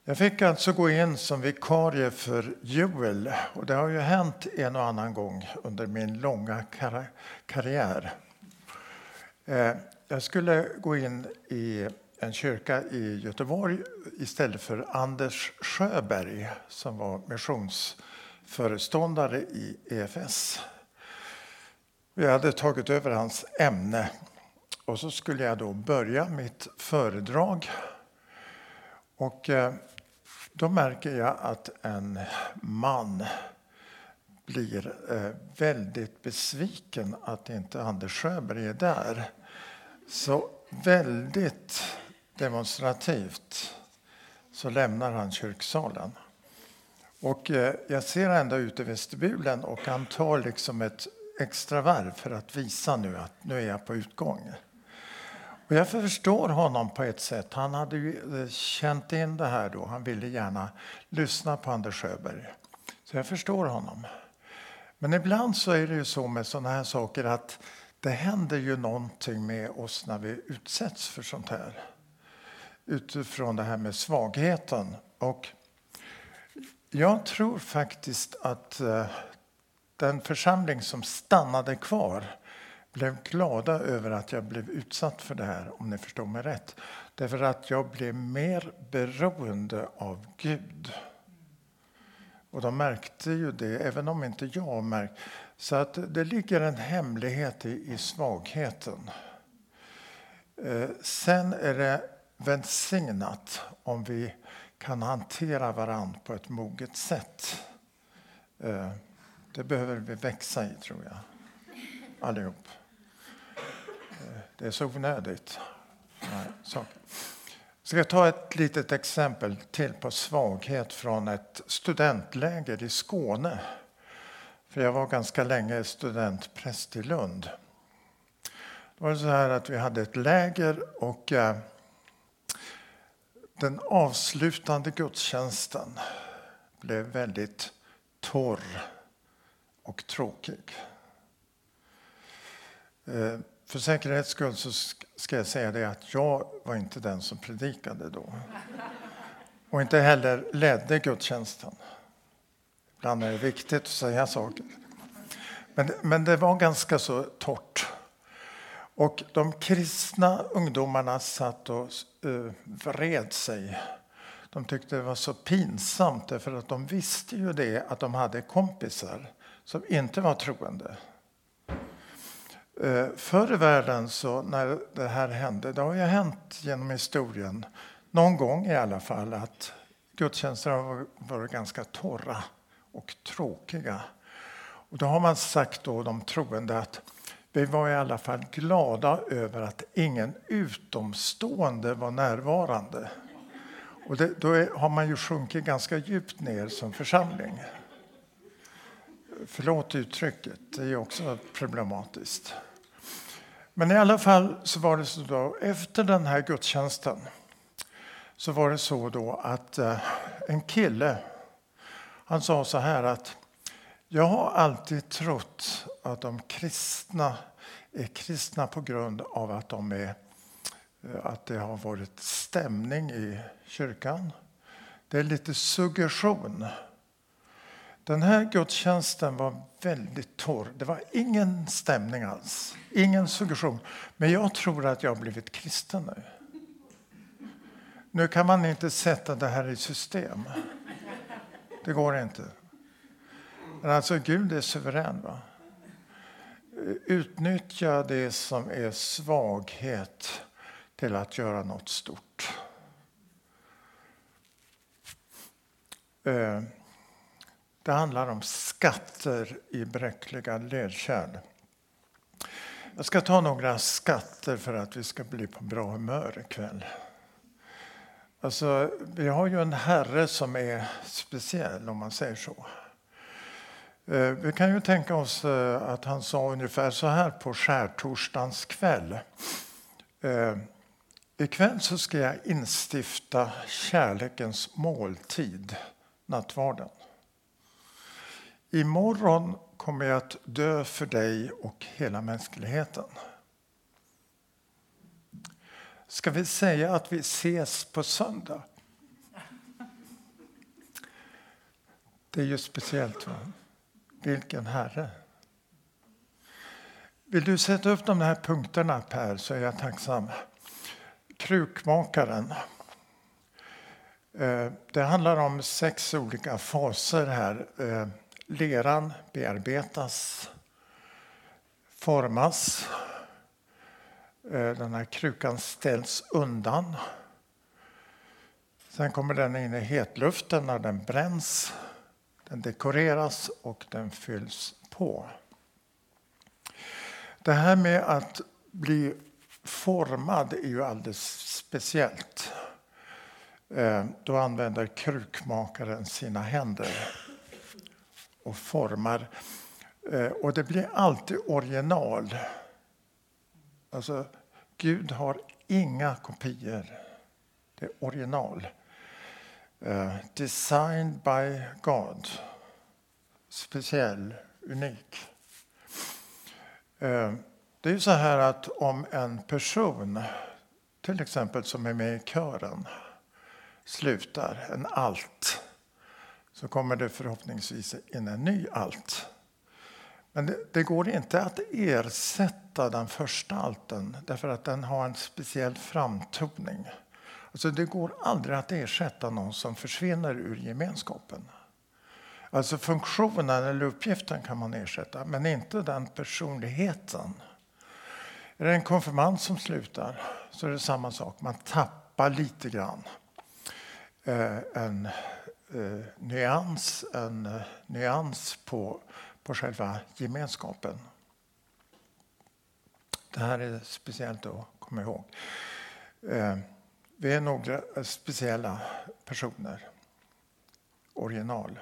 Jag fick alltså gå in som vikarie för Joel, och det har ju hänt en och annan gång under min långa karriär. Jag skulle gå in i en kyrka i Göteborg istället för Anders Sjöberg som var missionsföreståndare i EFS. Vi hade tagit över hans ämne och så skulle jag då börja mitt föredrag. Och då märker jag att en man blir väldigt besviken att inte Anders Sjöberg är där. Så väldigt demonstrativt så lämnar han kyrksalen. Och jag ser ända ut i vestibulen och han tar liksom ett extra varv för att visa nu att nu är jag på utgång. Och jag förstår honom på ett sätt. Han hade ju känt in det här då. Han ville gärna lyssna på Anders Sjöberg. Så jag förstår honom. Men ibland så är det ju så med sådana här saker att det händer ju någonting med oss när vi utsätts för sånt här. Utifrån det här med svagheten. Och jag tror faktiskt att den församling som stannade kvar blev glada över att jag blev utsatt för det här, om ni förstår mig rätt. Därför att jag blev mer beroende av Gud. Och de märkte ju det, även om inte jag märkte. Så att det ligger en hemlighet i svagheten. Sen är det välsignat om vi kan hantera varandra på ett moget sätt. Det behöver vi växa i, tror jag. Allihop. Det är så onödigt. Ska jag ta ett litet exempel till på svaghet från ett studentläger i Skåne. För jag var ganska länge studentpräst i Lund. Det var så här att vi hade ett läger och den avslutande gudstjänsten blev väldigt torr och tråkig. För säkerhets skull så ska jag säga det att jag var inte den som predikade då. Och inte heller ledde gudstjänsten. Ibland är det viktigt att säga saker. Men det var ganska så torrt. Och de kristna ungdomarna satt och vred sig. De tyckte det var så pinsamt därför att de visste ju det att de hade kompisar som inte var troende. Förr i världen så när det här hände, det har ju hänt genom historien någon gång i alla fall att gudstjänsterna har varit ganska torra och tråkiga. Och då har man sagt då de troende att vi var i alla fall glada över att ingen utomstående var närvarande. Och då har man ju sjunkit ganska djupt ner som församling. Förlåt uttrycket, det är också problematiskt. Men i alla fall så var det så då, efter den här gudstjänsten så var det så då att en kille, han sa så här att jag har alltid trott att de kristna är kristna på grund av att att det har varit stämning i kyrkan. Det är lite suggestion. Den här gudstjänsten var väldigt torr. Det var ingen stämning alls. Ingen suggestion. Men jag tror att jag har blivit kristen nu. Nu kan man inte sätta det här i system. Det går inte. Men alltså Gud är suverän, va? Utnyttja det som är svaghet till att göra något stort. Det handlar om skatter i bräckliga ledkärl. Jag ska ta några skatter för att vi ska bli på bra humör ikväll. Alltså, vi har ju en herre som är speciell, om man säger så. Vi kan ju tänka oss att han sa ungefär så här på skärtorsdagens kväll. Ikväll så ska jag instifta kärlekens måltid, nattvarden. Imorgon kommer jag att dö för dig och hela mänskligheten. Ska vi säga att vi ses på söndag? Det är ju speciellt. Va? Vilken Herre. Vill du sätta upp de här punkterna, Per, så är jag tacksam. Krukmakaren. Det handlar om 6 olika faser här. Leran bearbetas, formas. Den här krukan ställs undan. Sen kommer den in i hetluften när den bränns. Den dekoreras och den fylls på. Det här med att bli formad är ju alldeles speciellt. Då använder krukmakaren sina händer och formar. Och det blir alltid original. Alltså, Gud har inga kopior. Det är original. Designed by God. Speciell, unik. Det är ju så här att om en person, till exempel som är med i kören, slutar en alt, så kommer det förhoppningsvis in en ny alt. Men det går inte att ersätta den första alten därför att den har en speciell framtoning. Alltså det går aldrig att ersätta någon som försvinner ur gemenskapen. Alltså funktionen eller uppgiften kan man ersätta, men inte den personligheten. Är det en konfirmand som slutar så är det samma sak. Man tappar lite grann. En nyans på själva gemenskapen. Det här är speciellt att komma ihåg. Vi är några speciella personer. Original.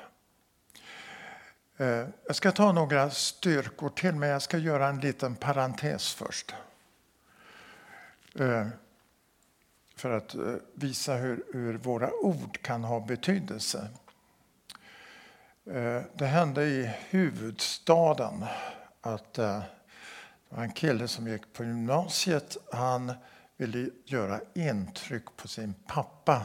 Jag ska ta några styrkor till, men jag ska göra en liten parentes först. För att visa hur våra ord kan ha betydelse. Det hände i huvudstaden att det var en kille som gick på gymnasiet. Han ville göra intryck på sin pappa.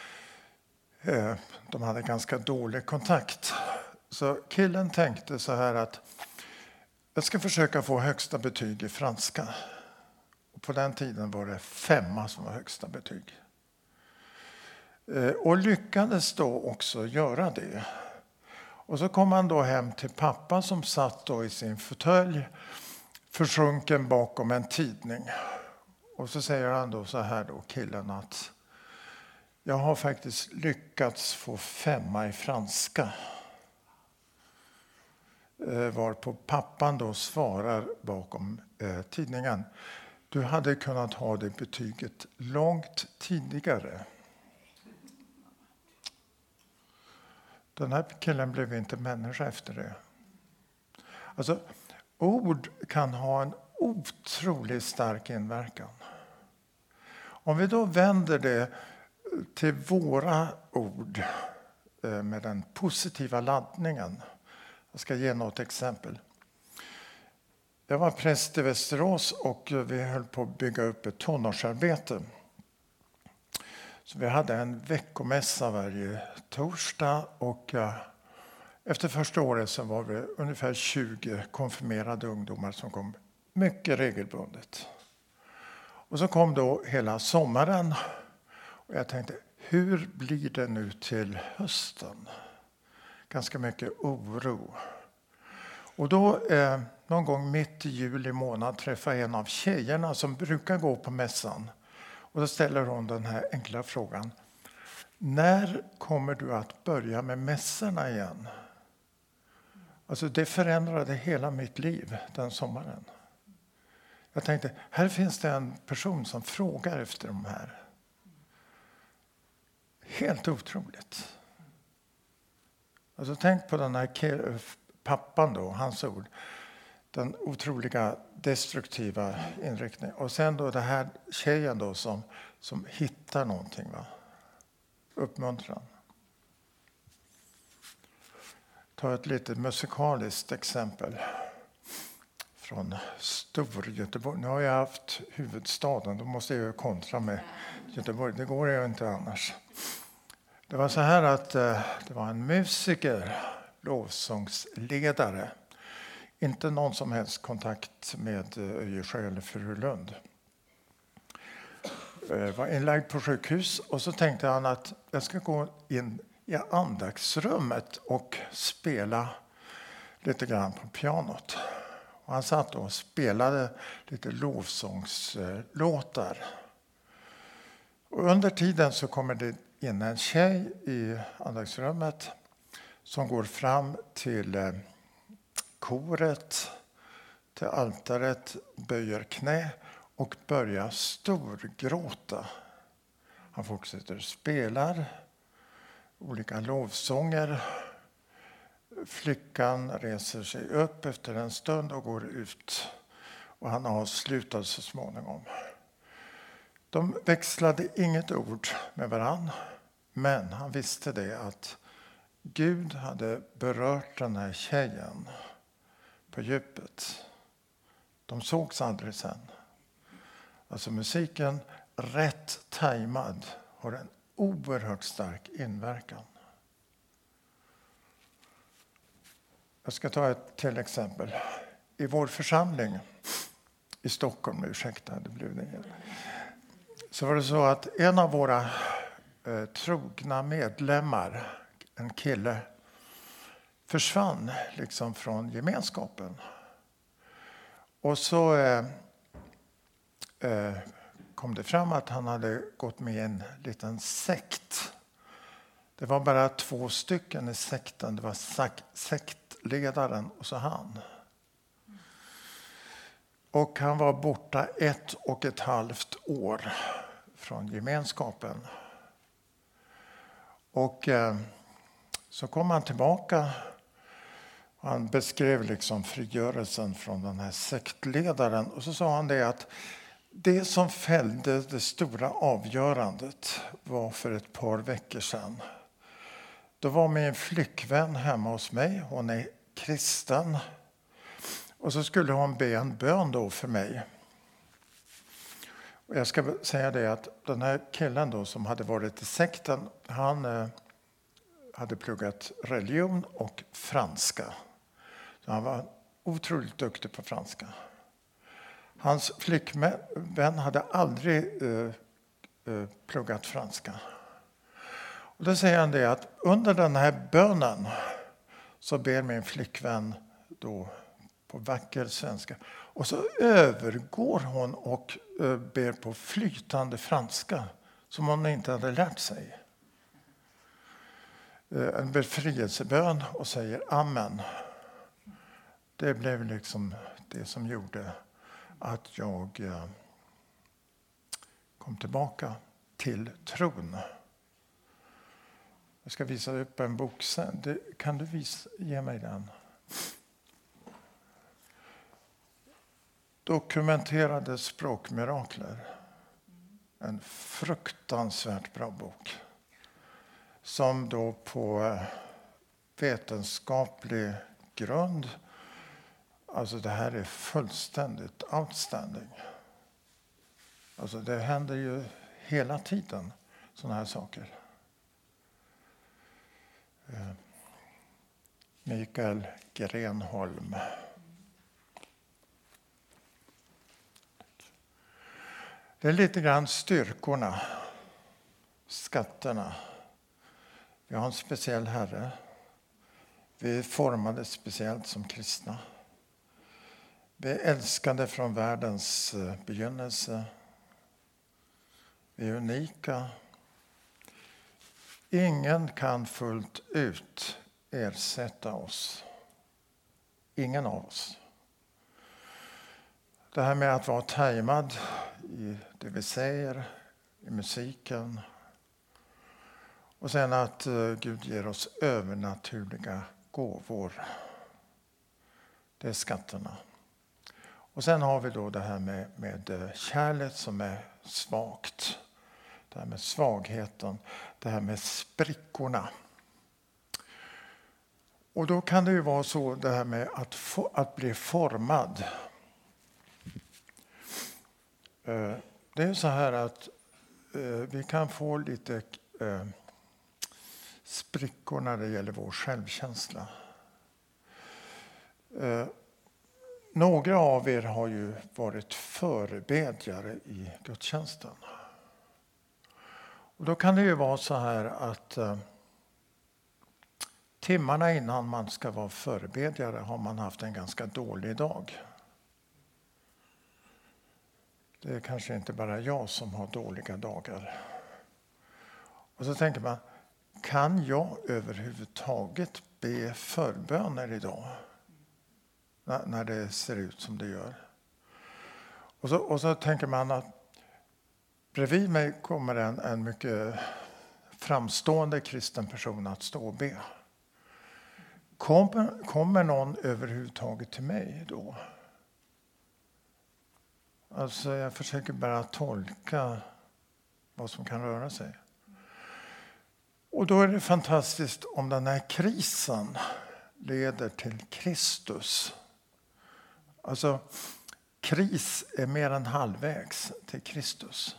De hade ganska dålig kontakt. Så killen tänkte så här att jag ska försöka få högsta betyg i franska. Och på den tiden var det 5 som var högsta betyg. Och lyckades då också göra det. Och så kom han då hem till pappa som satt då i sin fåtölj försjunken bakom en tidning. Och så säger han då så här då, killen, att jag har faktiskt lyckats få 5 i franska. Varpå pappan då svarar bakom tidningen. Du hade kunnat ha det betyget långt tidigare. Den här killen blev inte människa efter det. Alltså, ord kan ha en otroligt stark inverkan. Om vi då vänder det till våra ord med den positiva laddningen. Jag ska ge något exempel. Jag var präst i Västerås och vi höll på att bygga upp ett tonårsarbete. Så vi hade en veckomässa varje torsdag och efter första året så var det ungefär 20 konfirmerade ungdomar som kom mycket regelbundet. Och så kom då hela sommaren och jag tänkte, hur blir det nu till hösten? Ganska mycket oro. Och då någon gång mitt i juli månad träffade jag en av tjejerna som brukar gå på mässan. Och då ställer hon den här enkla frågan. När kommer du att börja med mässorna igen? Alltså det förändrade hela mitt liv den sommaren. Jag tänkte, här finns det en person som frågar efter de här. Helt otroligt. Alltså tänk på den här pappan då, hans ord. Den otroliga destruktiva inriktningen. Och sen då det här tjejen då som hittar någonting. Va? Uppmuntran. Ta ett lite musikaliskt exempel. Från Storgöteborg. Nu har jag haft huvudstaden. Då måste jag ju kontra med Göteborg. Det går ju inte annars. Det var så här att det var en musiker, lovsångsledare. Inte någon som helst kontakt med Öjersjö eller Furulund. Var inlagd på sjukhus och så tänkte han att jag ska gå in i andaktsrummet och spela lite grann på pianot. Och han satt och spelade lite lovsångslåtar. Och under tiden så kommer det in en tjej i andaktsrummet som går fram till koret, till altaret, böjer knä och börjar storgråta. Han fortsätter spelar olika lovsånger. Flickan reser sig upp efter en stund och går ut. Och han avslutar så småningom. De växlade inget ord med varann. Men han visste det att Gud hade berört den här tjejen på djupet. De sågs aldrig sen. Alltså musiken, rätt tajmad, har en oerhört stark inverkan. Jag ska ta ett till exempel. I vår församling i Stockholm, ursäkta, det blev det igen. Så var det så att en av våra trogna medlemmar, en kille, försvann liksom från gemenskapen. Och så kom det fram att han hade gått med i en liten sekt. Det var bara 2 stycken i sekten. Det var sektledaren och så han. Och han var borta 1,5 år från gemenskapen. Och så kom han tillbaka. Han beskrev liksom frigörelsen från den här sektledaren. Och så sa han det att det som fällde det stora avgörandet var för ett par veckor sedan. Då var min flickvän hemma hos mig. Hon är kristen. Och så skulle hon be en bön då för mig. Och jag ska säga det att den här killen då som hade varit i sekten, han hade pluggat religion och franska. Så han var otroligt duktig på franska. Hans flickvän hade aldrig pluggat franska. Och då säger han det att under den här bönen så ber min flickvän då på vacker svenska. Och så övergår hon och ber på flytande franska som hon inte hade lärt sig. En befrielsebön och säger amen. Det blev liksom det som gjorde att jag kom tillbaka till tron. Jag ska visa upp en bok sen. Kan du ge mig den? Dokumenterade språkmirakler. En fruktansvärt bra bok. Som då på vetenskaplig grund. Alltså det här är fullständigt outstanding. Alltså det händer ju hela tiden såna här saker. Mikael Grenholm. Det är lite grann styrkorna, skatterna. Vi har en speciell Herre. Vi är formade speciellt som kristna. Vi är älskade från världens begynnelse. Vi är unika. Ingen kan fullt ut ersätta oss. Ingen av oss. Det här med att vara tajmad i det vi säger, i musiken. Och sen att Gud ger oss övernaturliga gåvor. Det är skatterna. Och sen har vi då det här med kärlek som är svagt. Det här med svagheten. Det här med sprickorna. Och då kan det ju vara så det här med att bli formad. Det är så här att vi kan få lite sprickor när det gäller vår självkänsla. Några av er har ju varit förebedjare i gudstjänsten. Och då kan det ju vara så här att timmarna innan man ska vara förebedjare har man haft en ganska dålig dag. Det är kanske inte bara jag som har dåliga dagar. Och så tänker man, kan jag överhuvudtaget be förböner idag? När det ser ut som det gör. Och så tänker man att bredvid mig kommer en mycket framstående kristen person att stå och be. Kommer någon överhuvudtaget till mig då? Alltså jag försöker bara tolka vad som kan röra sig. Och då är det fantastiskt om den här krisen leder till Kristus. Alltså kris är mer än halvvägs till Kristus.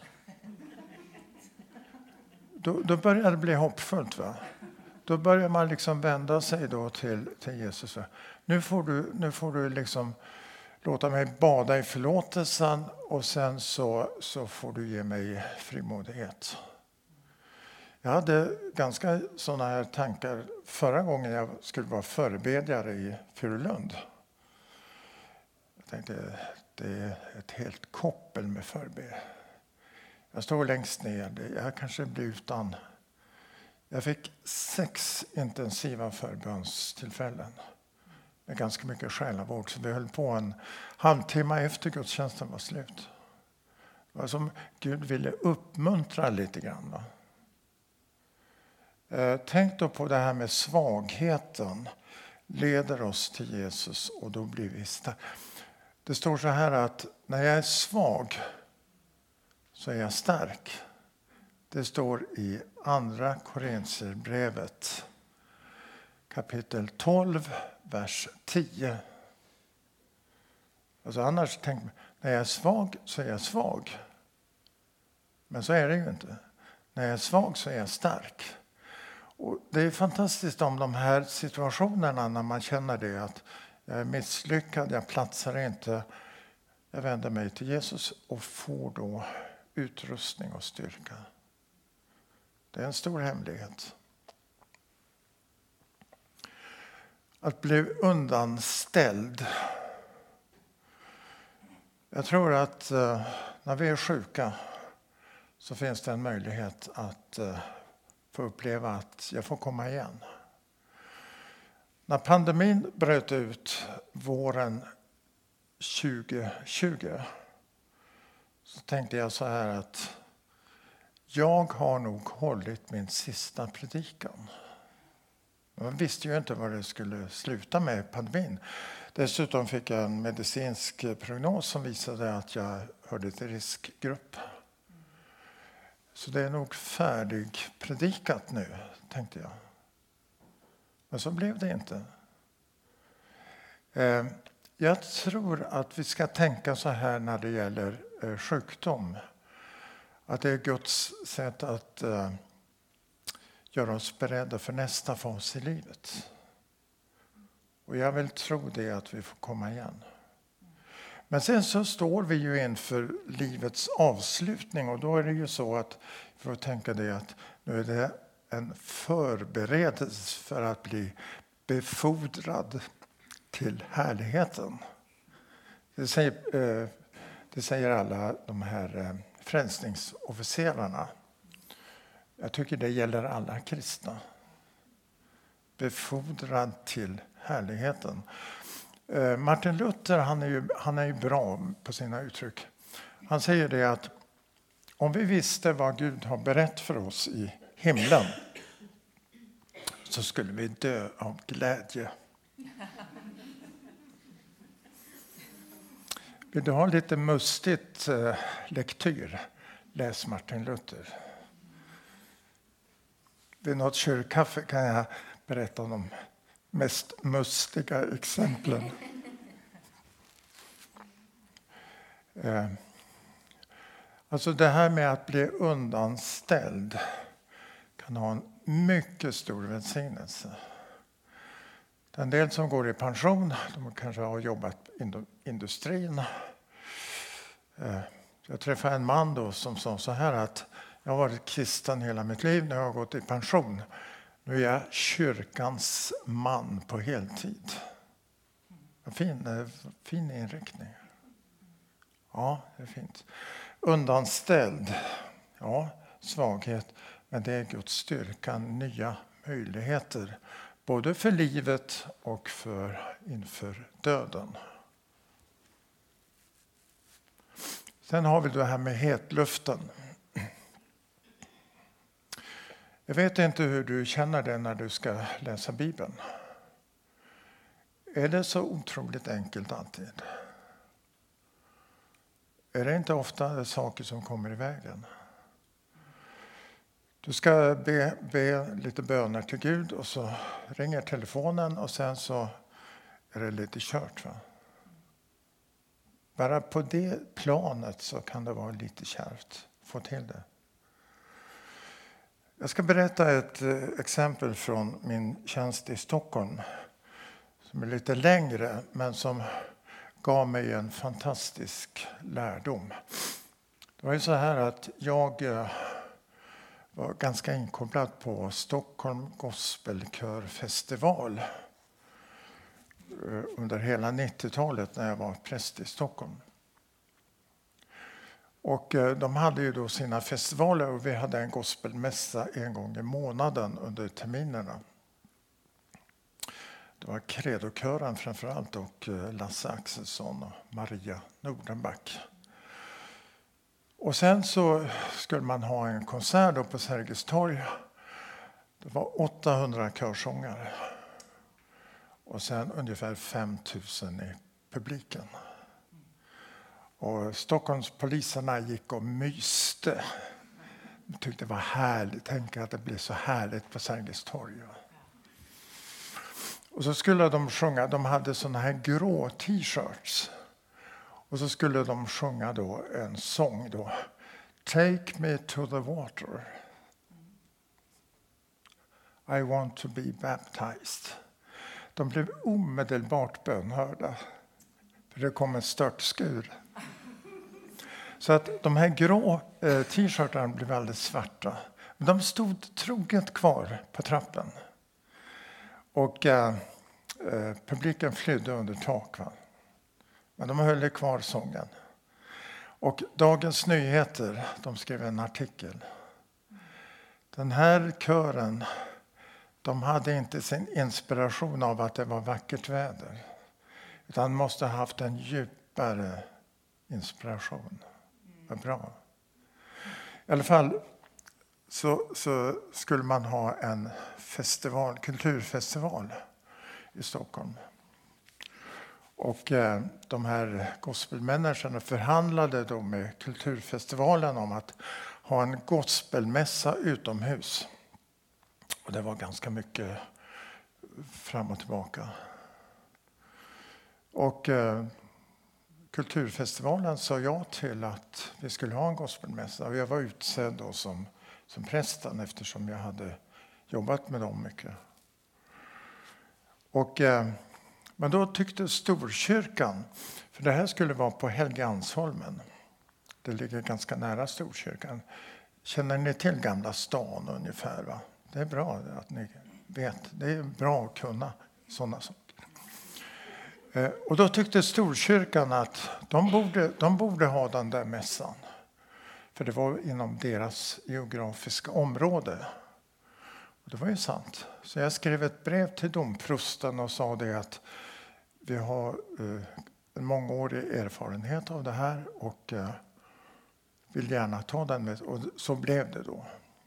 Då börjar det bli hoppfullt, va? Då börjar man liksom vända sig då till Jesus. Nu får du liksom låta mig bada i förlåtelsen och sen så får du ge mig frimodighet. Jag hade ganska sådana här tankar förra gången jag skulle vara förebedjare i Furulund. Jag tänkte, det är ett helt koppel med förebedjare. Jag stod längst ner, jag kanske blir utan. Jag fick 6 intensiva förbönstillfällen med ganska mycket själavård. Så vi höll på en halvtimme efter gudstjänsten var slut. Det var som Gud ville uppmuntra lite grann. Va? Tänk då på det här med svagheten leder oss till Jesus och då blir vi starka. Det står så här att när jag är svag så är jag stark. Det står i andra Korintierbrevet kapitel 12, vers 10. Alltså annars tänker man, när jag är svag så är jag svag. Men så är det ju inte. När jag är svag så är jag stark. Och det är fantastiskt om de här situationerna när man känner det att jag är misslyckad, jag platsar inte. Jag vänder mig till Jesus och får då utrustning och styrka. Det är en stor hemlighet. Att bli undanställd. Jag tror att när vi är sjuka så finns det en möjlighet att få uppleva att jag får komma igen. När pandemin bröt ut våren 2020 så tänkte jag så här att jag har nog hållit min sista predikan. Man visste ju inte vad det skulle sluta med pandemin. Dessutom fick jag en medicinsk prognos som visade att jag hörde till riskgrupp. Så det är nog färdigpredikat nu, tänkte jag. Men så blev det inte. Jag tror att vi ska tänka så här när det gäller sjukdom. Att det är Guds sätt att göra oss beredda för nästa fas i livet. Och jag vill tro det att vi får komma igen. Men sen så står vi ju inför livets avslutning. Och då är det ju så att vi får tänka det att nu är det en förberedelse för att bli befordrad till härligheten. Det säger alla de här frälsningsofficerarna. Jag tycker det gäller alla kristna. Befordrad till härligheten. Martin Luther han är ju bra på sina uttryck. Han säger det att om vi visste vad Gud har berättat för oss i himlen så skulle vi dö av glädje. Vill du ha lite mustigt lektyr? Läs Martin Luther. Vid något kyrkkaffe kan jag berätta om de mest mustiga exemplen. Alltså det här med att bli undanställd kan ha en mycket stor välsignelse. En del som går i pension, de kanske har jobbat i industrin. Jag träffade en man då som sa så här att jag har varit kristen hela mitt liv, när jag har gått i pension. Nu är jag kyrkans man på heltid. Fin inriktning. Ja, det är fint. Undanställd. Ja, svaghet. Men det är Guds styrka, nya möjligheter. Både för livet och inför döden. Sen har vi det här med hetluften. Jag vet inte hur du känner det när du ska läsa Bibeln. Är det så otroligt enkelt alltid? Är det inte ofta saker som kommer i vägen? Du ska be lite böner till Gud och så ringer telefonen och sen så är det lite kört. Va? Bara på det planet så kan det vara lite kärvt. Få till det. Jag ska berätta ett exempel från min tjänst i Stockholm. Som är lite längre men som gav mig en fantastisk lärdom. Det var ju så här att jag var ganska inkopplad på Stockholm Gospelkörfestival under hela 90-talet när jag var präst i Stockholm. Och de hade ju då sina festivaler och vi hade en gospelmässa en gång i månaden under terminerna. Det var Credokören framförallt och Lasse Axelsson och Maria Nordenback. Och sen så skulle man ha en konsert då på Sergels torg. Det var 800 körsångare. Och sen ungefär 5000 i publiken. Och Stockholmspoliserna gick och myste. De tyckte det var härligt. Tänk att det blir så härligt på Sergels torg. Och så skulle de sjunga. De hade såna här grå t-shirts. Och så skulle de sjunga då en sång då. Take me to the water. I want to be baptized. De blev omedelbart bönhörda. För det kom en störtskur. Så att de här grå t-shirtarna blev alldeles svarta. Men de stod troget kvar på trappen. Och publiken flydde under tak. Va? Men de höll kvar sången. Och Dagens Nyheter, de skrev en artikel. Den här kören, de hade inte sin inspiration av att det var vackert väder. Utan måste ha haft en djupare inspiration. Vad bra. I alla fall så skulle man ha en festival, kulturfestival i Stockholm. Och de här gospelmänniskorna förhandlade då med kulturfestivalen om att ha en gospelmässa utomhus. Och det var ganska mycket fram och tillbaka. Och kulturfestivalen sa ja till att vi skulle ha en gospelmässa. Och jag var utsedd då som prästen eftersom jag hade jobbat med dem mycket. Och men då tyckte Storkyrkan, för det här skulle vara på Helgeandsholmen. Det ligger ganska nära Storkyrkan. Känner ni till Gamla stan ungefär? Va? Det är bra att ni vet. Det är bra att kunna sådana saker. Och då tyckte Storkyrkan att de borde ha den där mässan. För det var inom deras geografiska område. Och det var ju sant. Så jag skrev ett brev till domprosten och sa det att vi har en mångårig erfarenhet av det här och vill gärna ta den med. Och så blev det då.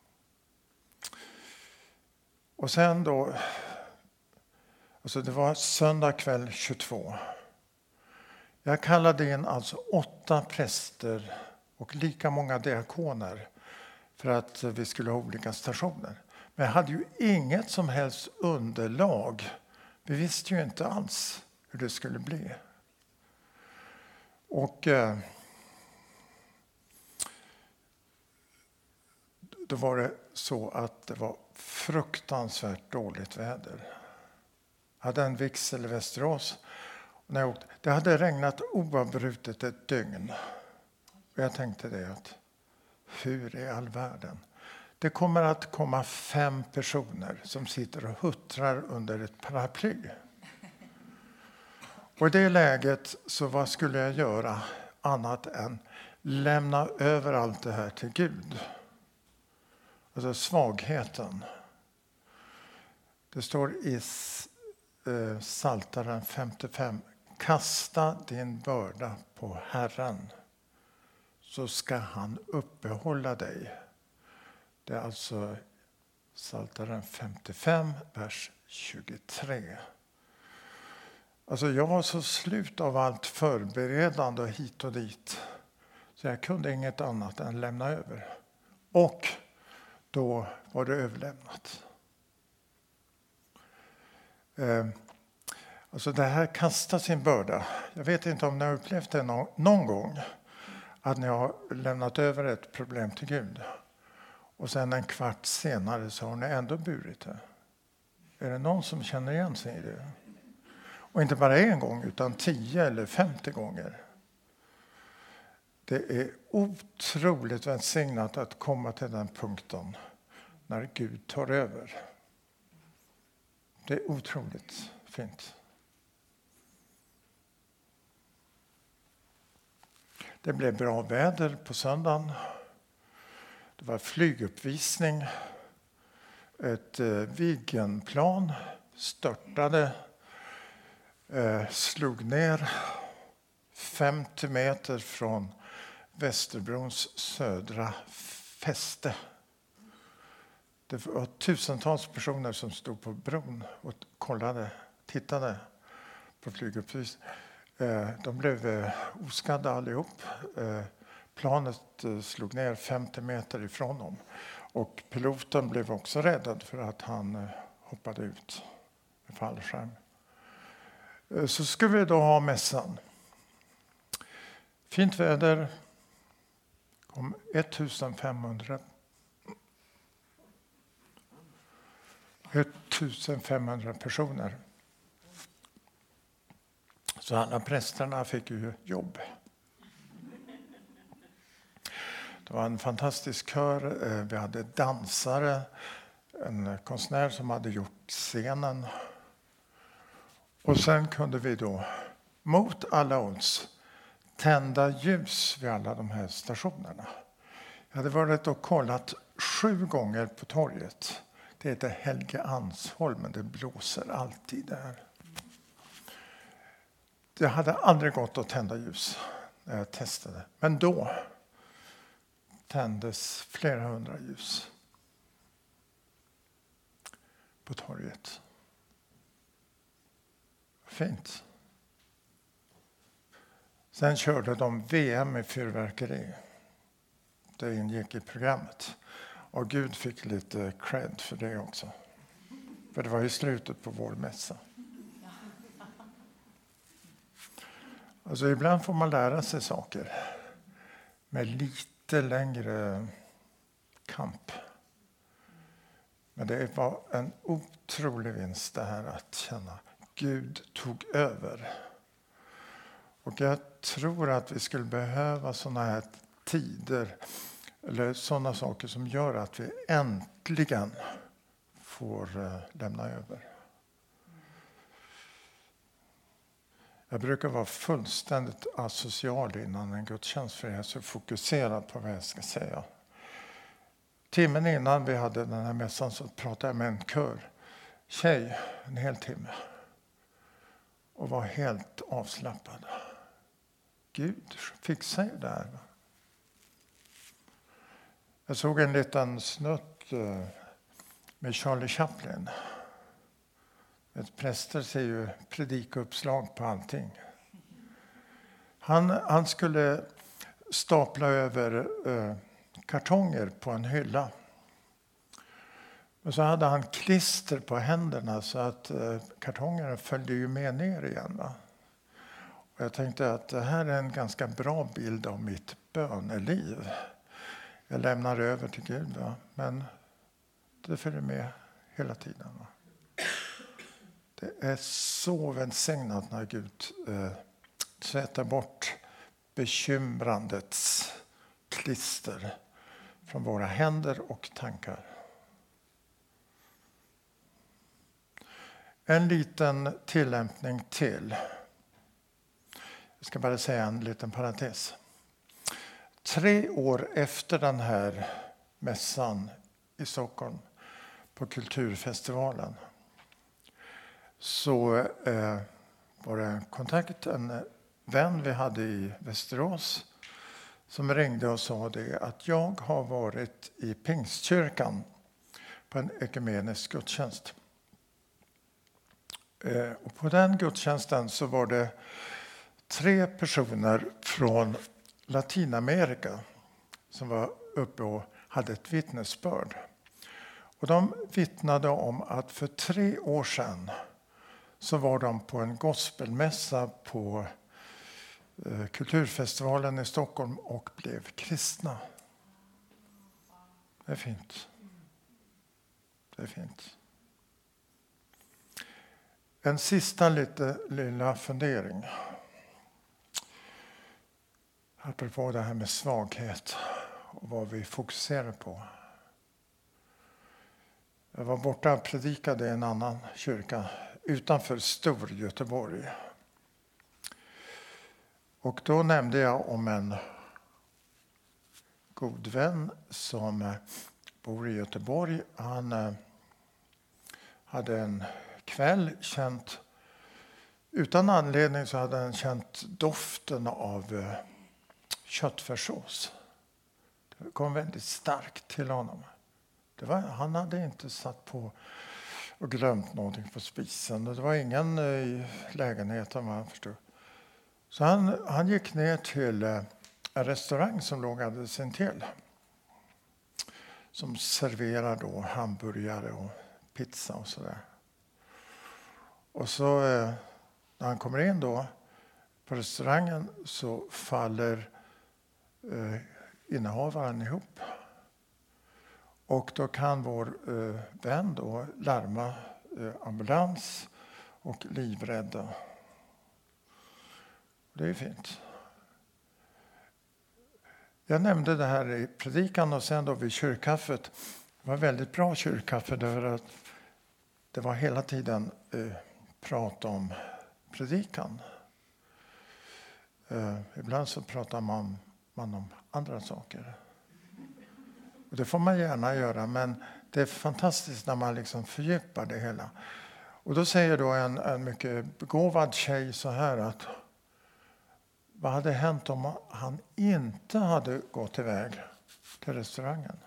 Och sen då, alltså det var söndag kväll 22. Jag kallade in alltså 8 präster och lika många diakoner för att vi skulle ha olika stationer. Men jag hade ju inget som helst underlag. Vi visste ju inte alls hur det skulle bli. Och då var det så att det var fruktansvärt dåligt väder. Jag hade en vigsel i Västerås. När jag åkte, det hade regnat oavbrutet ett dygn. Och jag tänkte det att hur i all världen? Det kommer att komma 5 personer som sitter och huttrar under ett paraply. Och i det läget så vad skulle jag göra annat än lämna över allt det här till Gud? Alltså svagheten. Det står i Psaltaren 55. Kasta din börda på Herren så ska han uppehålla dig. Det är alltså Psaltaren 55, vers 23. Alltså jag var så slut av allt förberedande och hit och dit. Så jag kunde inget annat än lämna över. Och då var det överlämnat. Alltså det här kasta sin börda. Jag vet inte om ni har upplevt det någon gång. Att ni har lämnat över ett problem till Gud. Och sen en kvart senare så har ni ändå burit det. Är det någon som känner igen sig i det? Och inte bara en gång utan 10 eller 50 gånger. Det är otroligt välsignat att komma till den punkten när Gud tar över. Det är otroligt fint. Det blev bra väder på söndagen. Det var flyguppvisning. Ett Viggenplan störtade, slog ner 50 meter från Västerbrons södra fäste. Det var tusentals personer som stod på bron och tittade på flyguppvisning. De blev oskadda allihop. Planet slog ner 50 meter ifrån dem. Och piloten blev också räddad för att han hoppade ut med fallskärm. Så ska vi då ha mässan. Fint väder. Kom 1500 personer. Så alla prästerna fick ju jobb. Det var en fantastisk kör. Vi hade dansare. En konstnär som hade gjort scenen. Och sen kunde vi då mot alla odds tända ljus vid alla de här stationerna. Jag hade varit och kollat 7 gånger på torget. Det heter Helgeandsholmen. Det blåser alltid där. Det hade aldrig gått att tända ljus när jag testade. Men då tändes flera 100 ljus på torget. Fint. Sen körde de VM i fyrverkeri. Det ingick i programmet. Och Gud fick lite cred för det också. För det var i slutet på vår mässa. Alltså ibland får man lära sig saker med lite längre kamp. Men det var en otrolig vinst det här att känna Gud tog över. Och jag tror att vi skulle behöva såna här tider eller sådana saker som gör att vi äntligen får lämna över. Jag brukar vara fullständigt asocial innan en gudstjänst för jag är så fokuserad på vad jag ska säga. Timmen innan vi hade den här mässan så pratade jag med en tjej en hel timme. Och var helt avslappnad. Gud fixar ju det här. Jag såg en liten snutt med Charlie Chaplin. Präster ser ju predikuppslag på allting. Han skulle stapla över kartonger på en hylla. Och så hade han klister på händerna så att kartongerna följde ju med ner igen. Va? Och jag tänkte att det här är en ganska bra bild av mitt böneliv. Jag lämnar över till Gud. Va? Men Det följer med hela tiden. Det är så välsignat när Gud tvättar bort bekymrandets klister från våra händer och tankar. En liten tillämpning till. Jag ska bara säga en liten parentes. 3 år efter den här mässan i Stockholm på Kulturfestivalen så var det en kontakt, en vän vi hade i Västerås som ringde och sa det att jag har varit i Pingstkyrkan på en ekumenisk gudstjänst. Och på den gudstjänsten så var det 3 personer från Latinamerika som var uppe och hade ett vittnesbörd. Och de vittnade om att för 3 år sedan så var de på en gospelmässa på Kulturfestivalen i Stockholm och blev kristna. Det är fint. Det är fint. En sista lilla fundering. Apropå det här med svaghet och vad vi fokuserar på. Jag var borta och predikade i en annan kyrka utanför Storgöteborg. Och då nämnde jag om en god vän som bor i Göteborg. Han hade en kväll känt, utan anledning så hade han känt doften av köttfärssås. Det kom väldigt starkt till honom. Han hade inte satt på och glömt någonting på spisen. Det var ingen i lägenheten vad han förstod. Så han gick ner till en restaurang som låg alldeles intill. Som serverar då hamburgare och pizza och sådär. Och så när han kommer in då på restaurangen så faller innehavaren ihop. Och då kan vår vän då larma ambulans och livrädda. Det är fint. Jag nämnde det här i predikan och sen då vid kyrkkaffet. Det var väldigt bra kyrkkaffe därför att det var hela tiden prat om predikan. Ibland så pratar man om andra saker. Och det får man gärna göra, men det är fantastiskt när man liksom fördjupar det hela. Och då säger då en mycket begåvad tjej så här att vad hade hänt om han inte hade gått iväg till restaurangen?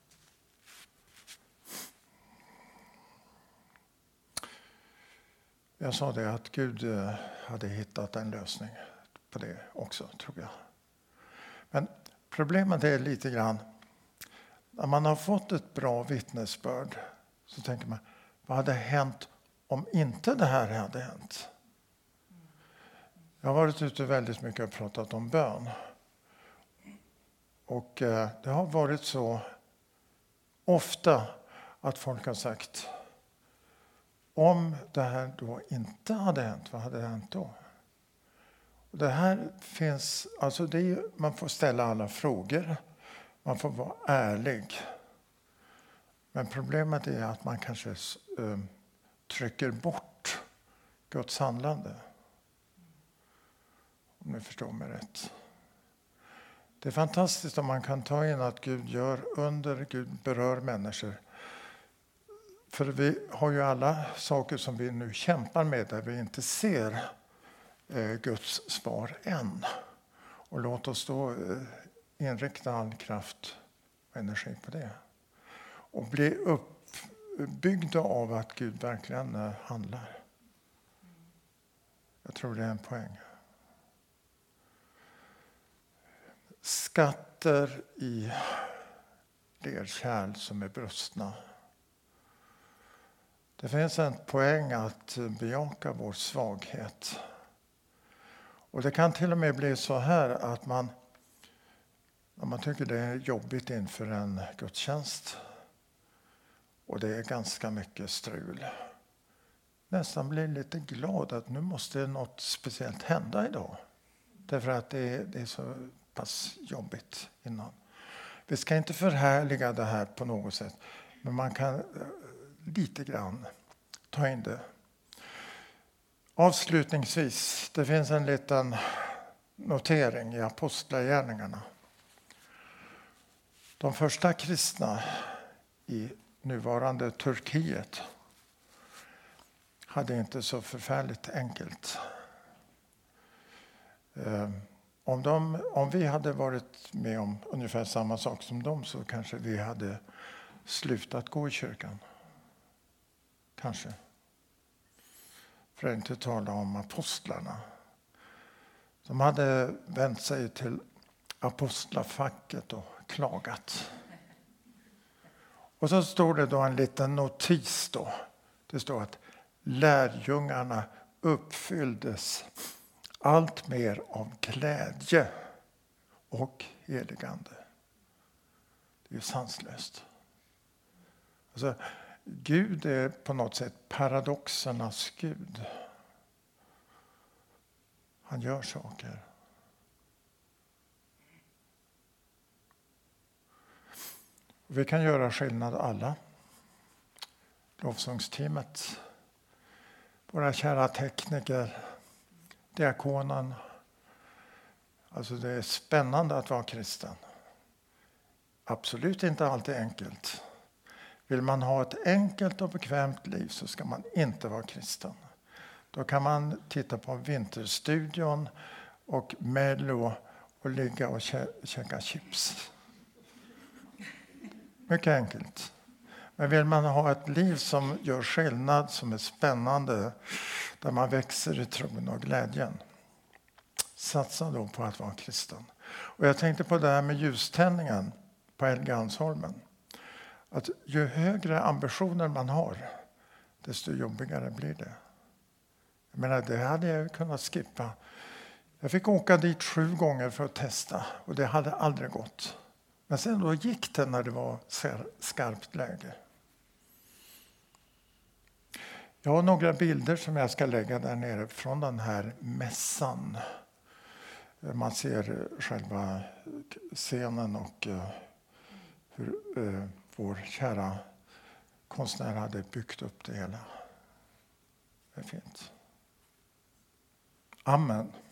Jag sa det att Gud hade hittat en lösning på det också, tror jag. Men problemet är lite grann, när man har fått ett bra vittnesbörd så tänker man, vad hade hänt om inte det här hade hänt? Jag har varit ute väldigt mycket och pratat om bön. Och det har varit så ofta att folk har sagt, om det här då inte hade hänt, vad hade hänt då? Och det här finns, alltså man får ställa alla frågor, man får vara ärlig. Men problemet är att man kanske trycker bort Guds handlande. Om ni förstår mig rätt. Det är fantastiskt om man kan ta in att Gud gör under, Gud berör människor. För vi har ju alla saker som vi nu kämpar med där vi inte ser Guds svar än. Och låt oss då inrikta all kraft och energi på det. Och bli uppbyggda av att Gud verkligen handlar. Jag tror det är en poäng. Skatter i lerkärl som är brustna. Det finns en poäng att bejaka vår svaghet. Och det kan till och med bli så här att när man tycker det är jobbigt inför en gudstjänst Och det är ganska mycket strul. Nästan blir lite glad att nu måste något speciellt hända idag. Därför att det är så pass jobbigt innan. Vi ska inte förhärliga det här på något sätt. Men man kan lite grann ta in det. Avslutningsvis, det finns en liten notering i Apostlagärningarna. De första kristna i nuvarande Turkiet hade inte så förfärligt enkelt. Om vi hade varit med om ungefär samma sak som dem så kanske vi hade slutat gå i kyrkan. Kanske. För att inte tala om apostlarna. De hade vänt sig till apostlafacket och klagat. Och så står det då en liten notis då. Det står att lärjungarna uppfylldes allt mer av glädje och heligande. Det är ju sanslöst. Alltså, Gud är på något sätt paradoxernas Gud. Han gör saker. Vi kan göra skillnad alla. Lovsångsteamet, våra kära tekniker, diakonen. Alltså det är spännande att vara kristen. Absolut inte alltid enkelt. Vill man ha ett enkelt och bekvämt liv så ska man inte vara kristen. Då kan man titta på Vinterstudion och Mello och ligga och käka chips. Mycket enkelt. Men vill man ha ett liv som gör skillnad, som är spännande, där man växer i tron och glädjen, satsa då på att vara kristen. Och jag tänkte på det här med ljuständningen på Helgeandsholmen. Att ju högre ambitioner man har, desto jobbigare blir det. Jag menar, det hade jag kunnat skippa. Jag fick åka dit 7 gånger för att testa och det hade aldrig gått. Men sen då gick det när det var skarpt läge. Jag har några bilder som jag ska lägga där nere från den här mässan. Man ser själva scenen och hur vår kära konstnär hade byggt upp det hela. Det är fint. Amen.